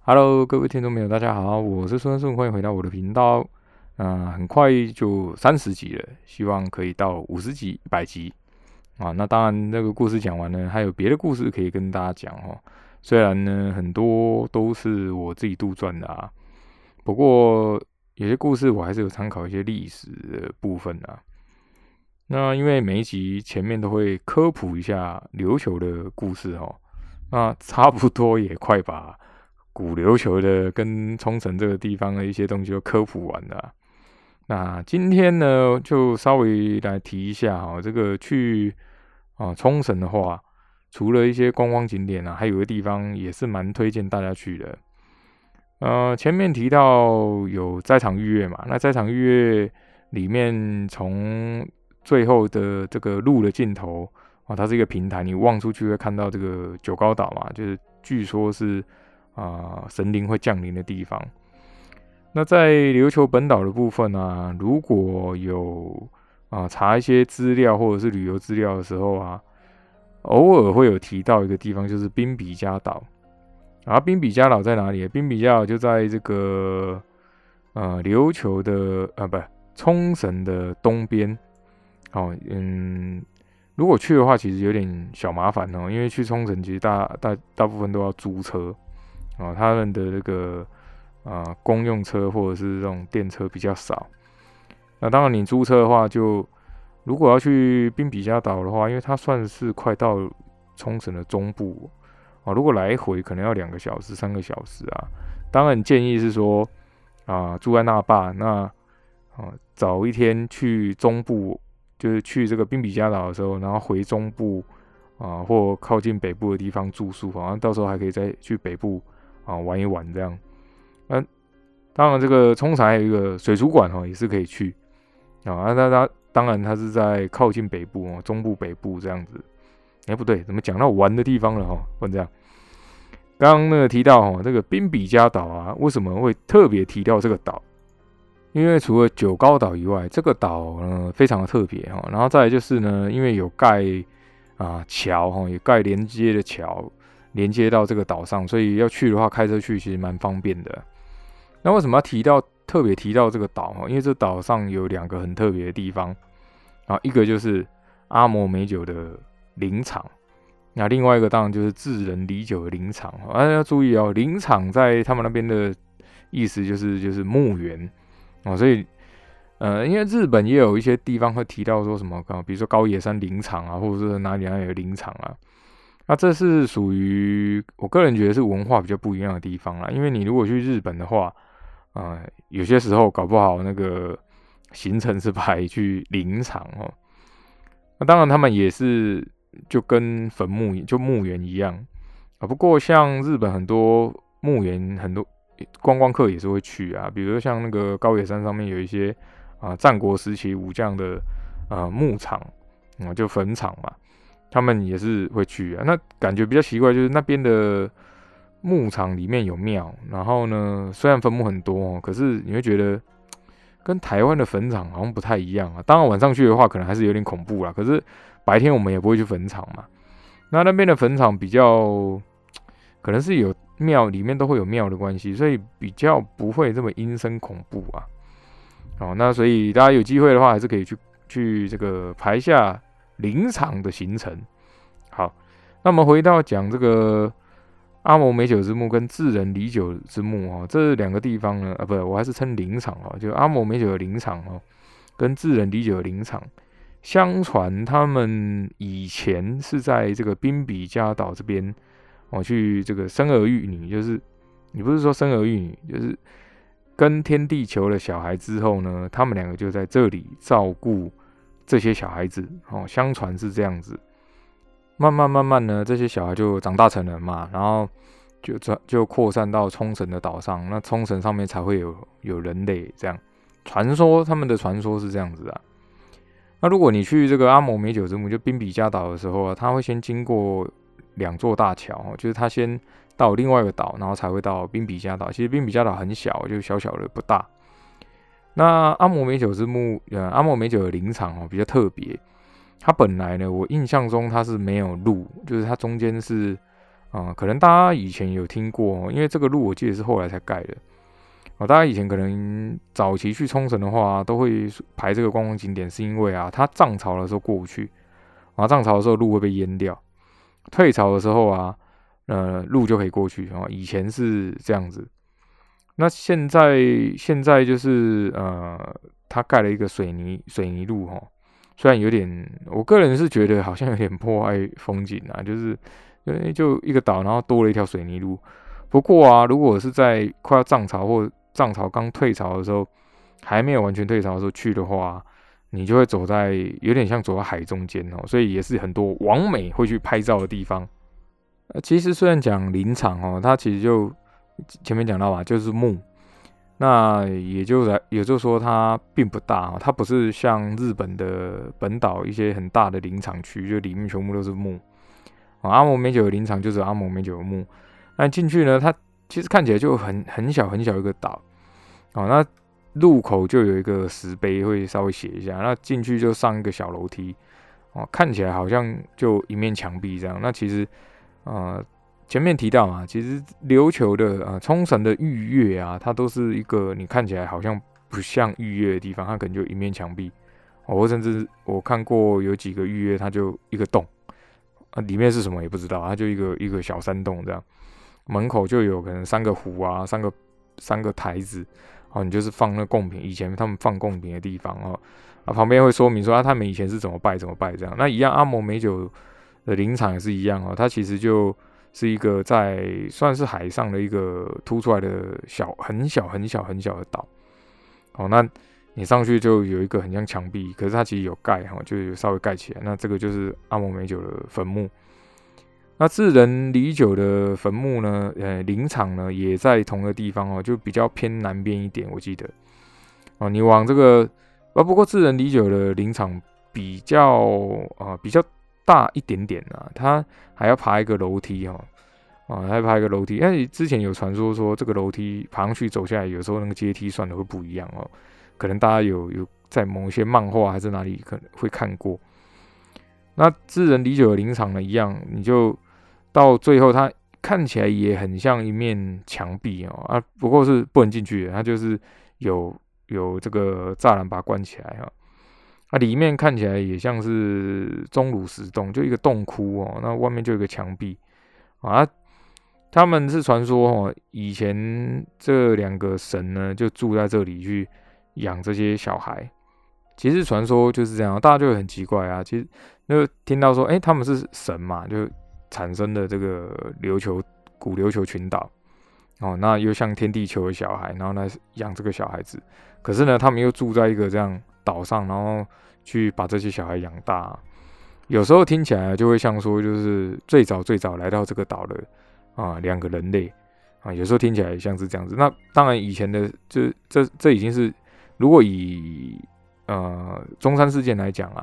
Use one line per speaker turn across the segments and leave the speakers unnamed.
Hello，各位听众朋友，大家好，我是孙顺，欢迎回到我的频道。很快就30集了，希望可以到50集、100集啊。那当然，这个故事讲完呢，还有别的故事可以跟大家讲哦。虽然呢，很多都是我自己杜撰的啊，不过有些故事我还是有参考一些历史的部分啊。那因为每一集前面都会科普一下琉球的故事哦，那差不多也快把古琉球的跟冲绳这个地方的一些东西都科普完了啊。那今天呢，就稍微来提一下哈，这个去冲绳的话，除了一些观光景点啊，还有一个地方也是蛮推荐大家去的。前面提到有在场预约嘛，那在场预约里面从最后的这个路的尽头啊，它是一个平台，你望出去会看到这个九高岛嘛，就是据说是神灵会降临的地方。那在琉球本岛的部分啊，如果有查一些资料或者是旅游资料的时候啊，偶尔会有提到一个地方，就是宾比加岛。宾比加岛在哪里？宾比加岛就在这个琉球的不冲绳的东边。如果去的话，其实有点小麻烦哦，因为去冲绳其实大部分都要租车他们的那个公用车或者是这种电车比较少。那当然，你租车的话就，如果要去宾比加岛的话，因为它算是快到冲绳的中部如果来回可能要2个小时、3个小时啊。当然建议是说住在那霸，那早一天去中部，就是去这个宾比加岛的时候，然后回中部或靠近北部的地方住宿，好像到时候还可以再去北部玩一玩这样。当然这个冲绳还有一个水族馆也是可以去那当然它是在靠近北部中部北部这样子。不对，怎么讲到玩的地方了不能这样。刚刚那个提到这个宾比加岛啊，为什么会特别提到这个岛？因为除了九高岛以外，这个岛呢非常的特别然后再来就是呢，因为有盖桥也盖连接的桥，连接到这个岛上，所以要去的话开车去其实蛮方便的。那为什么要特别提到这个岛因为这岛上有2个很特别的地方一个就是阿摩美酒的林场，那另外一个当然就是智人李酒的林场要注意林场在他们那边的意思就是墓园所以因为日本也有一些地方会提到说什么比如说高野山林场或者是哪里有林场那这是属于我个人觉得是文化比较不一样的地方啦。因为你如果去日本的话有些时候搞不好那个行程是排去林场那当然他们也是就跟坟墓就墓园一样不过像日本很多墓园，很多观光客也是会去比如说像那个高野山上面有一些战国时期武将的墓场就坟场嘛，他们也是会去那感觉比较奇怪，就是那边的牧场里面有庙，然后呢，虽然坟墓很多可是你会觉得跟台湾的坟场好像不太一样当然晚上去的话，可能还是有点恐怖啦。可是白天我们也不会去坟场嘛。那边的坟场比较可能是有庙，里面都会有庙的关系，所以比较不会这么阴森恐怖那所以大家有机会的话，还是可以去这个排一下林场的行程。好，那我们回到讲这个阿摩美酒之墓跟智人李酒之墓这2个地方呢不，我还是称林场就阿摩美酒的林场跟智人李酒的林场，相传他们以前是在这个宾比加岛这边去这个生儿育女，就是你不是说生儿育女，就是跟天地求了小孩之后呢，他们2个就在这里照顾这些小孩子相传是这样子。慢慢呢，这些小孩就长大成人嘛，然后就扩散到冲绳的岛上，那冲绳上面才会有人类这样。他们的传说是这样子那如果你去这个阿摩美酒之墓，就宾比加岛的时候他会先经过2座大桥就是他先到另外一个岛，然后才会到宾比加岛。其实宾比加岛很小，就小小的不大。那阿摩美酒之墓，阿摩美酒的林场比较特别。它本来呢，我印象中它是没有路，就是它中间是可能大家以前有听过，因为这个路我记得是后来才盖的。大家以前可能早期去冲绳的话，都会排这个观光景点，是因为它涨潮的时候过不去，涨潮的时候路会被淹掉，退潮的时候路就可以过去。以前是这样子。那现在就是它盖了一个水泥路虽然有点，我个人是觉得好像有点破坏风景就是就一个岛，然后多了一条水泥路。不过如果是在快要涨潮或涨潮刚退潮的时候，还没有完全退潮的时候去的话，你就会有点像走在海中间所以也是很多网美会去拍照的地方。其实虽然讲林场它其实就前面讲到嘛，就是墓。那也就是说它并不大它不是像日本的本岛一些很大的林场区，就里面全部都是墓。阿摩美酒的林场就是阿摩美酒的墓。那进去呢，它其实看起来就很小很小一个岛。那入口就有一个石碑会稍微写一下，那进去就上一个小楼梯。看起来好像就一面墙壁这样。那其实前面提到嘛，其实琉球的冲绳的御岳它都是一个你看起来好像不像御岳的地方，它可能就一面墙壁。或甚至我看过有几个御岳，它就一个洞，里面是什么也不知道，它就一个小山洞这样。门口就有可能3个壶三个台子，你就是放那贡品，以前他们放贡品的地方旁边会说明说他们以前是怎么拜这样。那一样阿摩美酒的林场也是一样它其实就是一个在算是海上的一个凸出来的很小的岛。那你上去就有一个很像墙壁，可是它其实有盖就有稍微盖起来。那这个就是阿摩美酒的坟墓。那智人李九的坟墓呢，林场呢也在同一个地方就比较偏南边一点，我记得。你往这个不过智人李九的林场比较大一点点它还要爬一个楼梯还要爬一个楼梯。因为之前有传说这个楼梯爬上去走下来，有时候那个阶梯算的会不一样可能大家有在某一些漫画还是哪里可能会看过。那智人李九的林场呢，一样，你就到最后，它看起来也很像一面墙壁不过是不能进去的，它就是有这个栅栏把它关起来里面看起来也像是钟乳石洞，就一个洞窟那外面就有一个墙壁他们是传说以前这2个神呢就住在这里去养这些小孩。其实传说就是这样，大家就很奇怪其实就听到说他们是神嘛，就产生的这个古琉球群岛那又像天地球的小孩，然后来养这个小孩子。可是呢，他们又住在一个这样岛上，然后去把这些小孩养大。有时候听起来就会像说，就是最早来到这个岛的2个人类有时候听起来像是这样子。那当然以前的这已经是，如果以中山事件来讲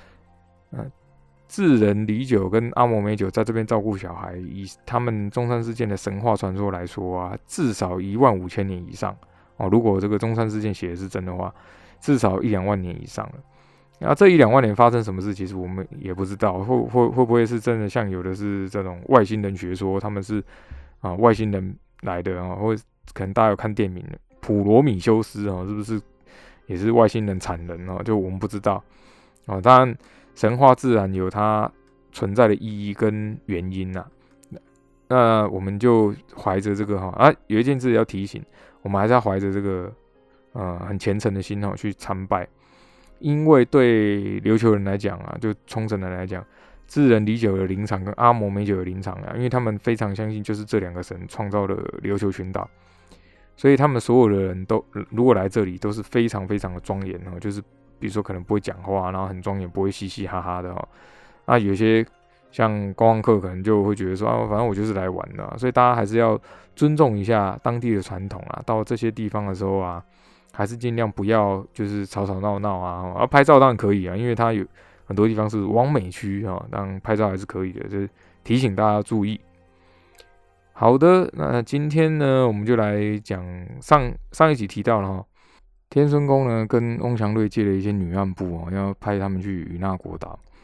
智人李九跟阿摩美九在这边照顾小孩，以他们中山事件的神话传说来说至少15000年以上如果这个中山事件写的是真的话，至少1-2万年以上了。那这1-2万年发生什么事，其实我们也不知道，会不会是真的像有的是这种外星人学说，他们是外星人来的或可能大家有看电影《普罗米修斯》是不是也是外星人产人就我们不知道当然神话自然有它存在的意义跟原因那我们就怀着这个有一件事要提醒，我们还是要怀着这个很虔诚的心去参拜。因为对琉球人来讲就冲绳人来讲，智人李九的林场跟阿摩美酒的林场因为他们非常相信就是这2个神创造了琉球群岛，所以他们所有的人都如果来这里都是非常非常的庄严就是比如说可能不会讲话，然后很庄严，不会嘻嘻哈哈的有些像观光客可能就会觉得说反正我就是来玩的所以大家还是要尊重一下当地的传统到这些地方的时候还是尽量不要就是吵吵闹闹拍照当然可以因为它有很多地方是网美区当然拍照还是可以的，就是提醒大家注意。好的，那今天呢，我们就来讲上一集提到了天孙宫呢跟翁祥瑞借了一些女暗部要派他们去与那国岛。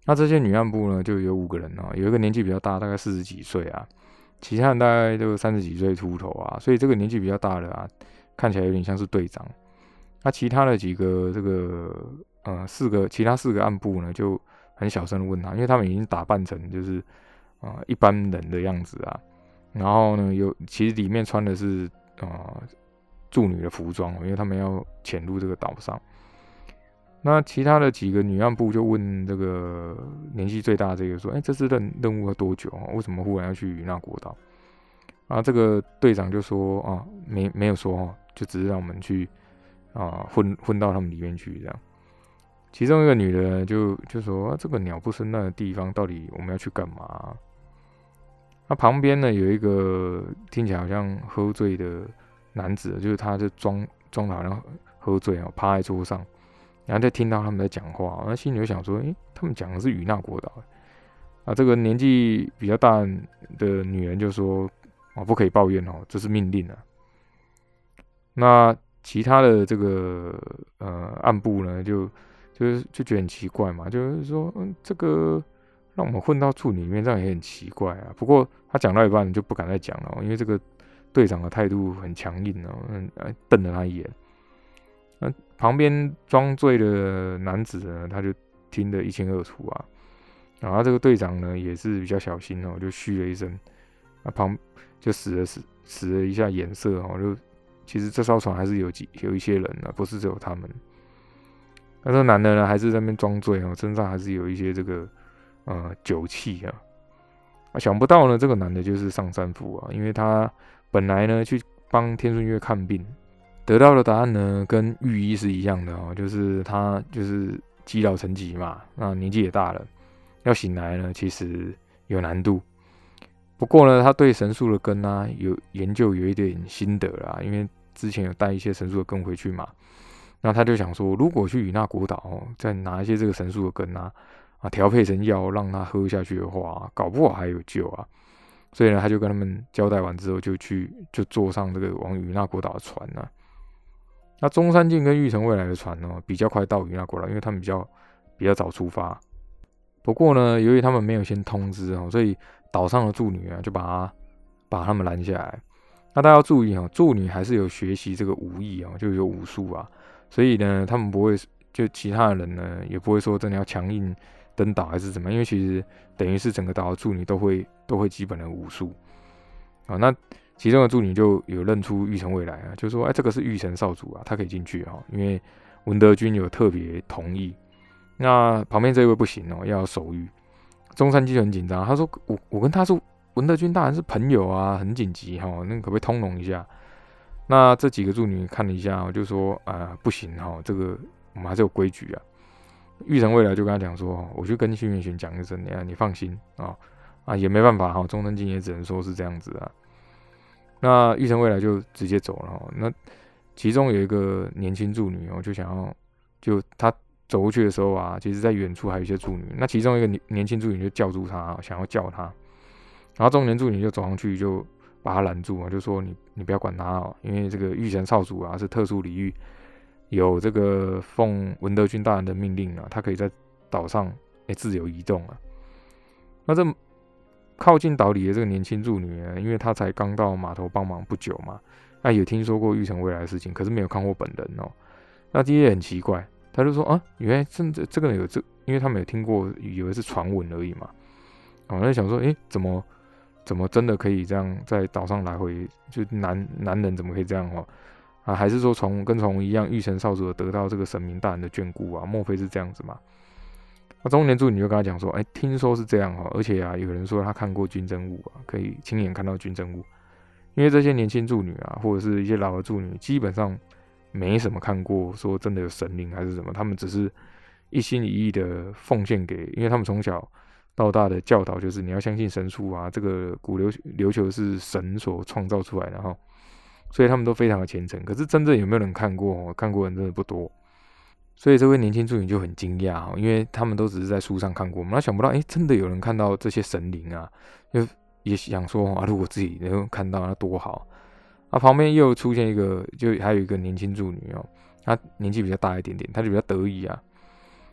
那这些女干部呢，就有5个人哦，有一个年纪比较大，大概40几岁啊，其他人大概就30几岁出头啊，所以这个年纪比较大的啊，看起来有点像是队长。那其他的几个这个其他4个干部呢，就很小声的问他，因为他们已经打扮成就是一般人的样子啊，然后呢其实里面穿的是助女的服装，因为他们要潜入这个岛上。那其他的几个女干部就问这个年纪最大的这个说：“这次任务要多久？为什么忽然要去与那国岛？”然后这个队长就说：“没有说就只是让我们去混到他们里面去这样。”其中一个女的就说：“这个鸟不生蛋的地方，到底我们要去干嘛？”那旁边呢有一个听起来好像喝醉的男子，就是他就装的好像喝醉趴在桌上。然后再听到他们在讲话，那心里就想说：“他们讲的是与那国岛。”这个年纪比较大的女人就说：“不可以抱怨这是命令啊。”那其他的这个干部呢，就觉得很奇怪嘛，就是说，这个让我们混到处里面，这样也很奇怪啊。不过他讲到一半就不敢再讲了，因为这个队长的态度很强硬瞪了他一眼。旁边装醉的男子呢，他就听得一清二楚啊。然后这个队长呢也是比较小心就嘘了一声，就使了一下眼色就其实这艘船还是有一些人不是只有他们。那这个男的呢还是在那边装醉身上还是有一些这个酒气想不到呢，这个男的就是上山夫因为他本来呢去帮天顺月看病。得到的答案呢，跟御医是一样的就是他就是积劳成疾嘛，那年纪也大了，要醒来呢，其实有难度。不过呢，他对神树的根有研究，有一点心得啦，因为之前有带一些神树的根回去嘛，那他就想说，如果去与那国岛再拿一些这个神树的根调配成药让他喝下去的话，搞不好还有救啊。所以呢，他就跟他们交代完之后，就坐上这个往与那国岛的船那中山靖跟玉成未来的船比较快到与那国岛，因为他们比较早出发。不过呢，由于他们没有先通知所以岛上的助女就把他们拦下来。那大家要注意助女还是有学习这个武艺就有武术所以呢，他们不会就其他的人呢也不会说真的要强硬登岛还是怎么样，因为其实等于是整个岛的助女都会基本的武术那其中的助理就有认出玉成未来就说：“这个是玉成少主他可以进去因为文德军有特别同意。那旁边这一位不行要守御。”中山基很紧张，他说：“我跟他说文德军大人是朋友很紧急那可不可以通融一下？”那这几个助理看了一下就说：“不行这个我们还是有规矩玉成未来就跟他讲说：“我去跟训练员讲一声，你放心也没办法中山基也只能说是这样子那玉成未来就直接走了那其中有一个年轻助女就想要他走过去的时候其实在远处还有一些助女，那其中一个年轻助女就叫住他想要叫他，然后中年助女就走上去就把他拦住就说你不要管他因为这个玉成少主是特殊礼遇，有这个奉文德军大人的命令他可以在岛上自由移动那这靠近岛里的这个年轻助女呢，因为她才刚到码头帮忙不久嘛，有听说过玉成未来的事情，可是没有看过本人那第一也很奇怪，他就说原来真的这个人有因为他们有听过，以为是传闻而已嘛。那就想说，怎么真的可以这样在岛上来回？就男人怎么可以这样还是说跟传闻一样，玉成少主得到这个神明大人的眷顾莫非是这样子嘛？那中年助理就跟他讲说，听说是这样而且有人说他看过军政物可以亲眼看到军政物。因为这些年轻助女或者是一些老的助女，基本上没什么看过说真的有神灵还是什么，他们只是一心一意的奉献给，因为他们从小到大的教导就是你要相信神术这个古琉球是神所创造出来的所以他们都非常的虔诚。可是真正有没有人看过看过的人真的不多。所以这位年轻助理就很惊讶因为他们都只是在书上看过嘛，他想不到真的有人看到这些神灵就也想说如果自己能够看到那多好旁边又出现一个，就还有一个年轻助女她年纪比较大一点点，她就比较得意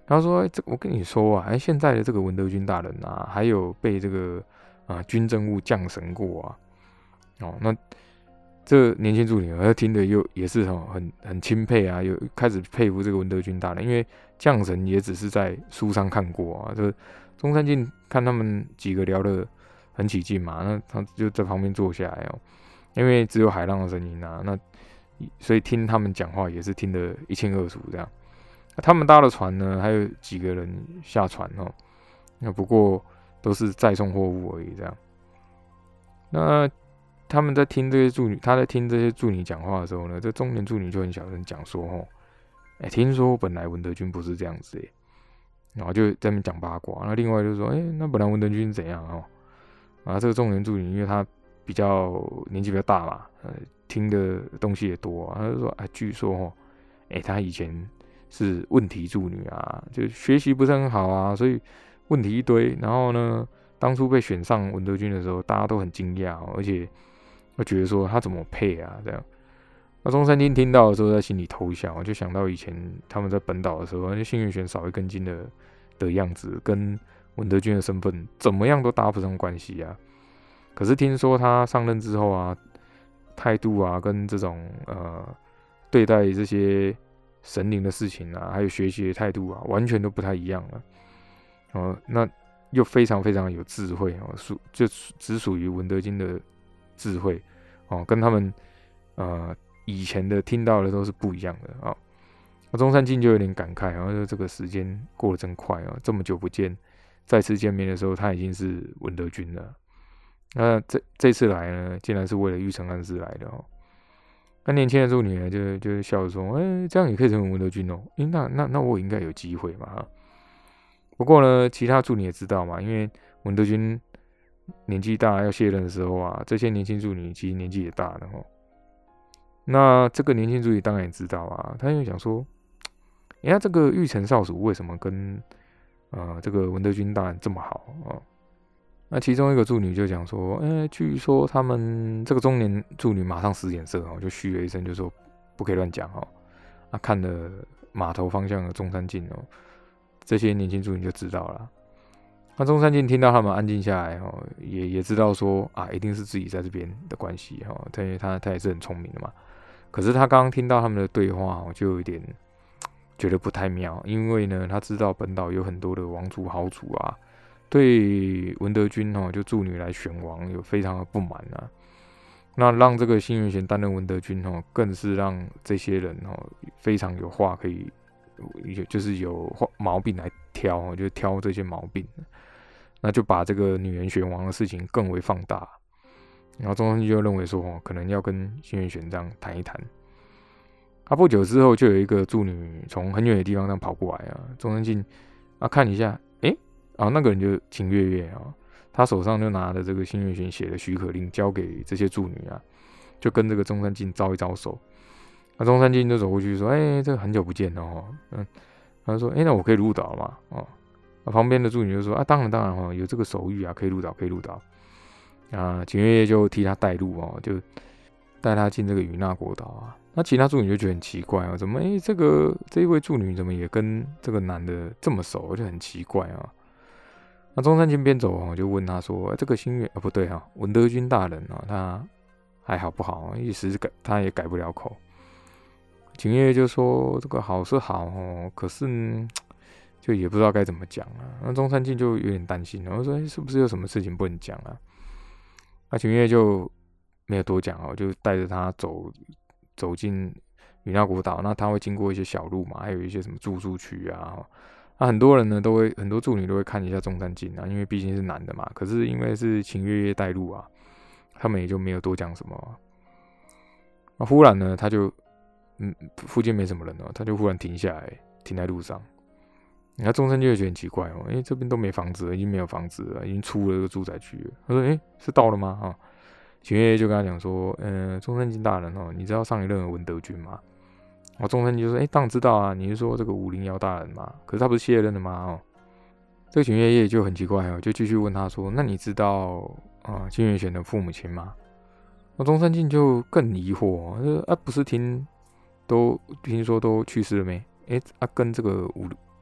他说：我跟你说啊，现在的这个文德军大人啊，还有被这个军政务降神过啊。那这年轻助理他听的也是很钦佩啊，有开始佩服这个文德军大人，因为降神也只是在书上看过啊。这中山靖看他们几个聊得很起劲嘛，那他就在旁边坐下来因为只有海浪的声音啊，那所以听他们讲话也是听得一清二楚这样。他们搭的船呢，还有几个人下船那不过都是载送货物而已这样。那他们在听这些助理，他在听这些助理讲话的时候呢，这中年助理就很小声讲说听说本来文德军不是这样子然后就在那边讲八卦。那另外就说那本来文德军是怎样这个中年助理因为他比较年纪比较大嘛，听的东西也多他就说据说他以前是问题助女啊，就学习不是很好啊，所以问题一堆。然后呢，当初被选上文德军的时候，大家都很惊讶而且会觉得说他怎么配啊这样。那中山靖听到的时候，在心里偷笑，就想到以前他们在本岛的时候，那信越选少一根筋的样子，跟文德军的身份怎么样都搭不上关系啊。可是听说他上任之后啊，态度啊，跟这种对待这些神灵的事情啊，还有学习的态度啊，完全都不太一样了。那又非常非常有智慧就只属于文德金的智慧跟他们以前的听到的都是不一样的那中山靖就有点感慨就这个时间过得真快这么久不见，再次见面的时候，他已经是文德军了。那这次来呢，竟然是为了玉成安师来的那年轻的助理呢，就笑着说：“这样也可以成为文德军那我应该有机会嘛不过呢，其他助理也知道嘛，因为文德军年纪大要卸任的时候啊，这些年轻助理其实年纪也大了那这个年轻助理当然也知道啊，他就想说：这个玉成少主为什么跟这个文德军大人这么好那其中一个助理就讲说，据说他们这个中年助理马上使眼色就嘘了一声，就说不可以乱讲看了码头方向的中山靖这些年轻助理就知道了。那中山靖听到他们安静下来也知道说一定是自己在这边的关系他也是很聪明的嘛。可是他刚刚听到他们的对话就有一点觉得不太妙，因为呢他知道本岛有很多的王族豪族啊，对文德军就助女来选王有非常的不满那让这个辛元贤担任文德军更是让这些人非常有话可以，就是有毛病来挑就挑这些毛病，那就把这个女人选王的事情更为放大。然后中山靖就认为说可能要跟辛元贤这样谈一谈。不久之后就有一个助女从很远的地方这样跑过来中山靖看一下那个人就秦月月他手上就拿着这个辛元贤写的许可令交给这些助女就跟这个中山靖招一招手。那中山靖就走过去说：这个很久不见他说：那我可以入岛嘛旁边的助女就说：当然有这个手谕可以入岛秦月月就替他带路就带他进这个与那国岛那其他助女就觉得很奇怪怎么这一位助女怎么也跟这个男的这么熟，就很奇怪那中山靖边走就问他说：这个新月不对文德军大人他还好不好一时他也改不了口。秦月就说：这个好是好可是就也不知道该怎么讲那中山靖就有点担心，然后说：是不是有什么事情不能讲那秦月就没有多讲就带着他走进与那国岛。那他会经过一些小路嘛，还有一些什么住宿区那很多人呢很多助理都会看一下中山靖因为毕竟是男的嘛。可是因为是秦月月带路他们也就没有多讲什么忽然呢他就附近没什么人他就忽然停下来，停在路上。那中山靖就觉得很奇怪因为这边都没房子了，已经没有房子了，已经出了这个住宅区了。他说：是到了吗秦月月就跟他讲说：中山靖大人你知道上一任的文德军吗？中山靖就说：当然知道你是说这个武陵瑶大人吗？可是他不是卸任的吗这个秦月月就很奇怪就继续问他说：那你知道金元贤的父母亲吗？中山靖就更疑惑不是听说都去世了没？跟这个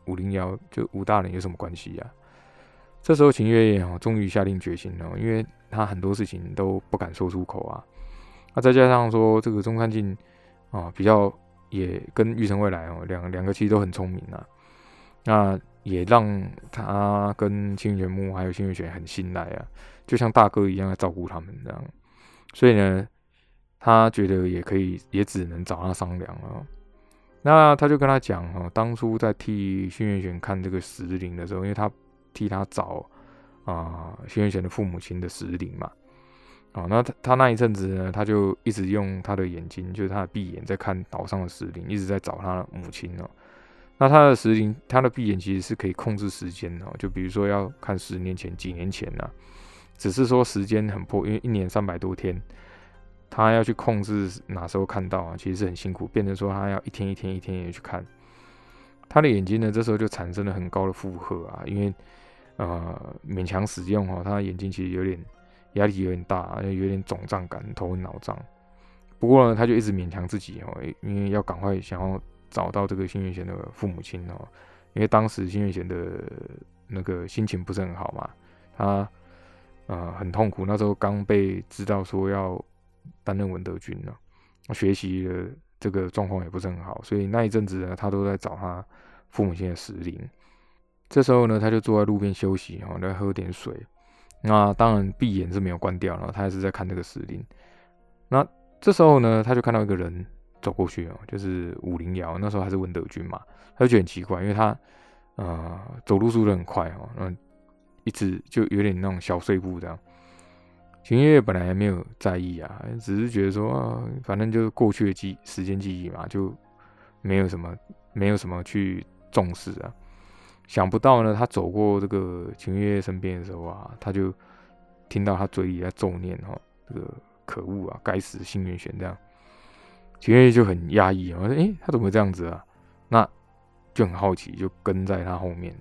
武陵瑶就武大人有什么关系啊？这时候秦月夜终于下定决心了，因为他很多事情都不敢说出口啊。再加上说这个中山靖比较也跟玉成未来两个其实都很聪明啊，那也让他跟清源木还有新月玄很信赖啊，就像大哥一样在照顾他们这样。所以呢，他觉得也可以，也只能找他商量了。那他就跟他讲当初在替新月玄看这个石灵的时候，因为他替他找新月玄的父母亲的石灵嘛。那他那一阵子呢，他就一直用他的眼睛，就是他的闭眼在看岛上的石灵，一直在找他的母亲那他的石灵，他的闭眼其实是可以控制时间就比如说要看10年前、几年前只是说时间很破，因为1年300多天，他要去控制哪时候看到其实是很辛苦，变成说他要一天一天也去看。他的眼睛呢，这时候就产生了很高的负荷因为勉强使用他的眼睛其实有点压力有点大，有点肿胀感，头昏脑胀。不过呢，他就一直勉强自己因为要赶快想要找到这个新月贤的父母亲因为当时新月贤的那个心情不是很好嘛，他很痛苦，那时候刚被知道说要担任文德军学习的这个状况也不是很好，所以那一阵子呢，他都在找他父母亲的石灵。这时候呢，他就坐在路边休息来喝点水。那当然闭眼是没有关掉，然后他还是在看这个石灵。那这时候呢，他就看到一个人走过去就是武陵瑶，那时候还是文德军嘛，他就觉得很奇怪，因为他走路速度很快一直就有点那种小碎步这样。秦月月本来还没有在意只是觉得说反正就是过去的时间记忆嘛，就没有什么去重视想不到呢，他走过这个秦月月身边的时候他就听到他嘴里在咒念这个可恶该死新元玄这样。秦月月就很压抑我说他怎么会这样子那就很好奇，就跟在他后面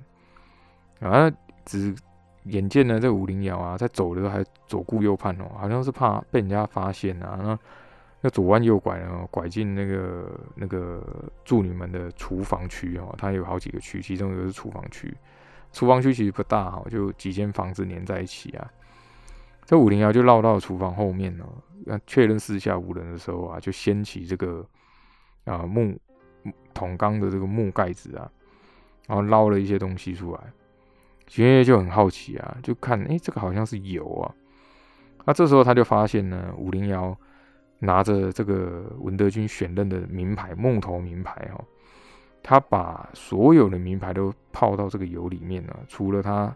眼见呢，这个武陵瑶在走的时候还左顾右盼好像是怕被人家发现那左弯右拐拐进那个助女们的厨房区它有好几个区，其中一个是厨房区。厨房区其实不大就几间房子连在一起这武陵瑶就绕到厨房后面确认四下无人的时候就掀起这个木桶缸的这个木盖子然后捞了一些东西出来。秦月月就很好奇就看这个好像是油那这时候他就发现呢，武陵瑶拿着这个文德军选任的名牌木头名牌他把所有的名牌都泡到这个油里面除了他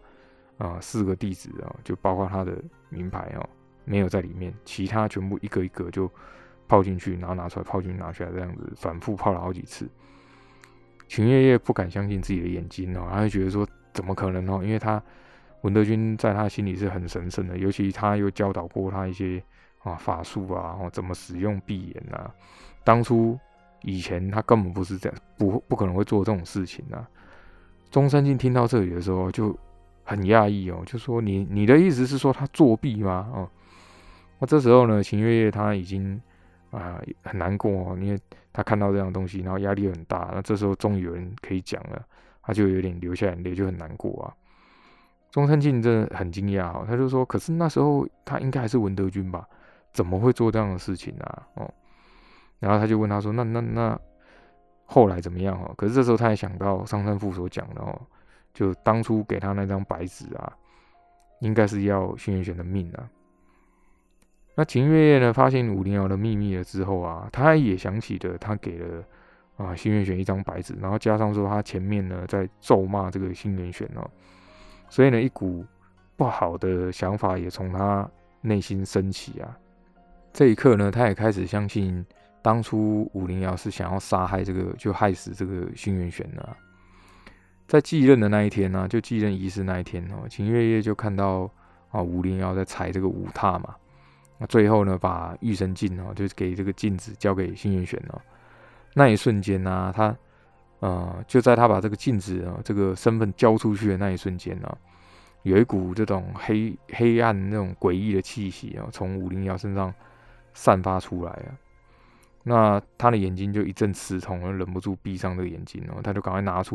4个弟子就包括他的名牌没有在里面，其他全部一个一个就泡进去，然后拿出来，泡进去拿出来，这样子反复泡了好几次。秦月夜不敢相信自己的眼睛他就觉得说怎么可能因为他文德军在他心里是很神圣的，尤其他又教导过他一些法术怎么使用闭眼当初以前他根本不是这样，不可能会做这种事情中山靖听到这里的时候就很讶异就说你的意思是说他作弊吗那这时候呢，秦月夜他已经很难过因为他看到这样的东西，然后压力很大。那这时候终于有人可以讲了，他就有点流下眼泪，就很难过中山靖真的很惊讶他就说：“可是那时候他应该还是文德军吧？怎么会做这样的事情然后他就问他说：“那后来怎么样可是这时候他也想到上山父所讲的就当初给他那张白纸应该是要新元玄的命那秦月夜呢，发现武陵瑶的秘密了之后他也想起了他给了新元玄一张白纸，然后加上说他前面呢在咒骂这个新元玄所以呢一股不好的想法也从他内心升起这一刻呢，他也开始相信当初武陵瑶是想要杀害就害死这个新元玄在继任的那一天就继任仪式那一天秦月夜就看到武陵瑶在踩这个舞踏嘛。那最后呢，把玉神镜就是给这个镜子交给新元玄那一瞬间他就在他把这个镜子这个身份交出去的那一瞬间有一股这种黑暗那种诡异的气息从武陵瑶身上散发出来那他的眼睛就一阵刺痛，忍不住闭上这个眼睛他就赶快拿出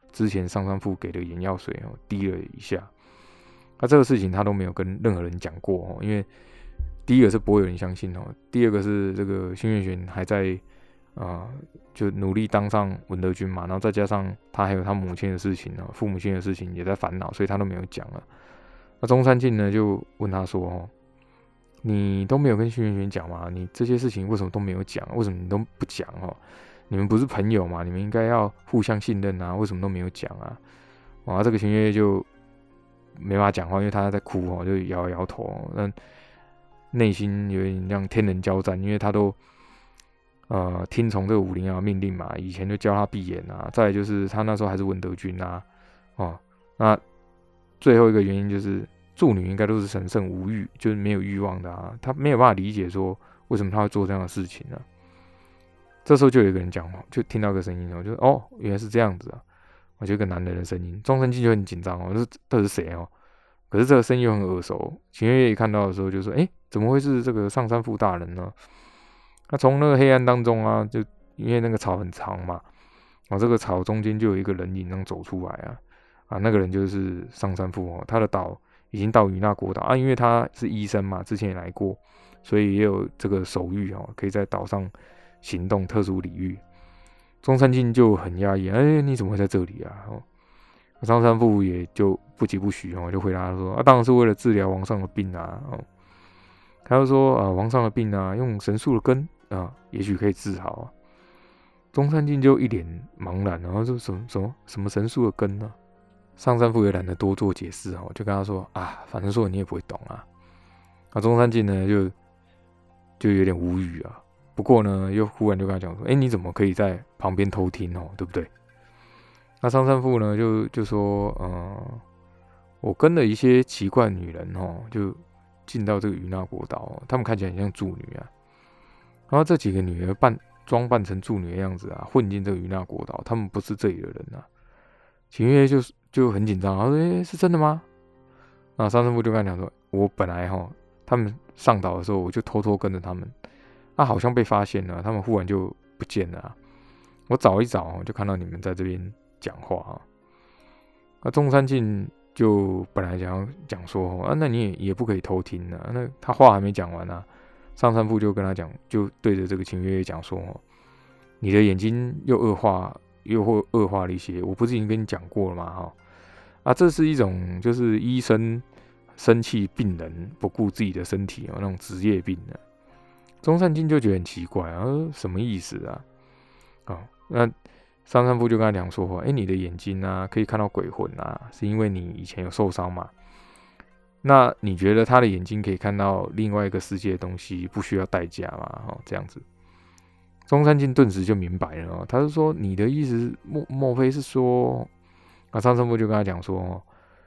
之前上山富给的眼药水滴了一下。那这个事情他都没有跟任何人讲过因为第一个是不会有人相信第二个是这个新月玄还在就努力当上文德军嘛，然后再加上他还有他母亲的事情父母亲的事情也在烦恼，所以他都没有讲了。那中山靖呢就问他说你都没有跟新月玄讲吗？你这些事情为什么都没有讲？为什么你都不讲你们不是朋友吗？你们应该要互相信任啊，为什么都没有讲啊？这个秦月就没办法讲话，因为他在哭就摇摇头但内心有点像天人交战，因为他都听从这个武陵瑶命令嘛，以前就教他闭眼再来就是他那时候还是文德军那最后一个原因就是助女应该都是神圣无欲，就是没有欲望的他没有办法理解说为什么他会做这样的事情这时候就有一个人讲话，就听到个声音就原来是这样子我就一个男人的声音，中山靖就很紧张这到底是谁可是这个声音又很耳熟，秦月月一看到的时候就说怎么会是这个上山富大人呢？那从那个黑暗当中就因为那个草很长嘛这个草中间就有一个人影能走出来那个人就是上山富他的岛已经到与那国岛因为他是医生嘛，之前也来过，所以也有这个手谕可以在岛上行动特殊礼遇。中山靖就很压抑你怎么会在这里上山富也就不疾不徐就回答说当然是为了治疗王上的病他就说王上的病用神树的根也许可以治好中山靖就一脸茫然然后说什么神树的根呢？上山富也懒得多做解释就跟他说反正说你也不会懂中山靖呢就有点无语不过呢又忽然就跟他讲说你怎么可以在旁边偷听对不对？那上山富呢就说我跟了一些奇怪的女人就进到这个与那国岛她们看起来很像助女然后这几个女儿装扮成助女的样子混进这个与那国岛，她们不是这里的人秦月就很紧张他说是真的吗？那上山富就跟他讲说我本来他们上岛的时候我就偷偷跟着他们好像被发现了，他们忽然就不见了我找一找就看到你们在这边讲话那中山靖就本来想要讲说那你也不可以偷听那他话还没讲完上山富就跟他讲，就对着这个秦月月讲说你的眼睛又恶化了一些，我不是已经跟你讲过了吗这是一种就是医生生气病人不顾自己的身体那种职业病中山靖就觉得很奇怪什么意思那上山富就跟他讲说你的眼睛可以看到鬼魂是因为你以前有受伤嘛，那你觉得他的眼睛可以看到另外一个世界的东西不需要代价吗这样子中山靖顿时就明白了他就说你的意思莫非是说上山富就跟他讲说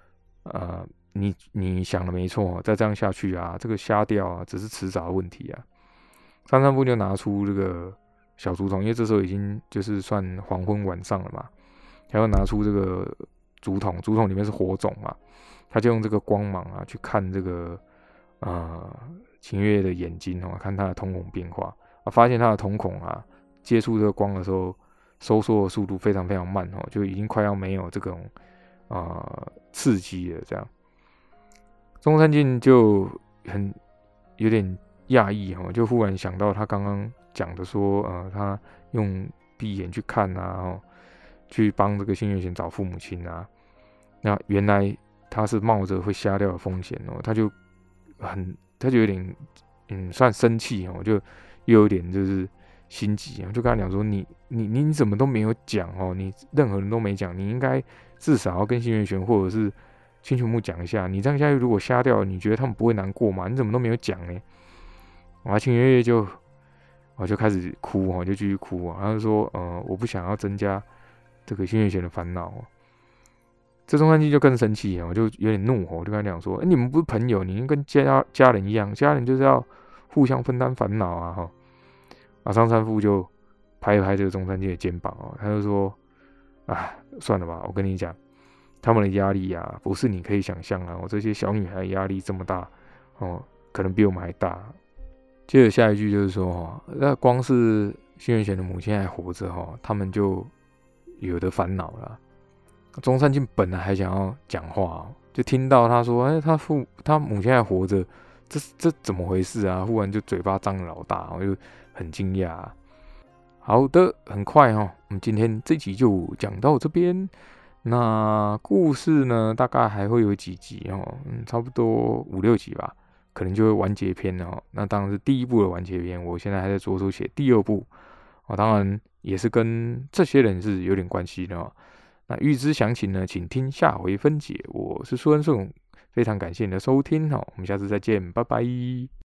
你想的没错再这样下去这个瞎掉只是迟早的问题上山富就拿出这个小竹筒，因为这时候已经就是算黄昏晚上了嘛，还要拿出这个竹筒里面是火种嘛，他就用这个光芒去看这个秦月的眼睛看他的瞳孔变化发现他的瞳孔接触这个光的时候收缩的速度非常非常慢就已经快要没有这种刺激了这样。中山靖就有点讶异就忽然想到他刚刚讲的说他用闭眼去看去帮这个新月玄找父母亲那原来他是冒着会瞎掉的风险他就有点算生气就又有点就是心急就跟他讲说你怎么都没有讲你任何人都没讲，你应该至少要跟新月玄或者是青群木讲一下，你这样下去如果瞎掉你觉得他们不会难过吗？你怎么都没有讲呢？青月月就开始哭就继续哭他就说我不想要增加这个新月玄的烦恼这中山靖就更生气就有点怒就跟他讲说你们不是朋友，你跟家人一样，家人就是要互相分担烦恼上山富就拍一拍这个中山靖的肩膀他就说算了吧，我跟你讲他们的压力不是你可以想象我这些小女孩压力这么大可能比我们还大。接着下一句就是说那光是新月玄的母亲还活着他们就有的烦恼了中山靖本来还想要讲话就听到他说：“他母亲还活着，这怎么回事啊？”忽然就嘴巴张得老大，我就很惊讶。好的，很快我们今天这集就讲到这边。那故事呢，大概还会有几集差不多5-6集吧，可能就会完结篇那当然是第1部的完结篇，我现在还在着手写第2部当然也是跟这些人是有点关系的那预知详情呢，请听下回分解。我是苏恩顺，非常感谢你的收听我们下次再见，拜拜。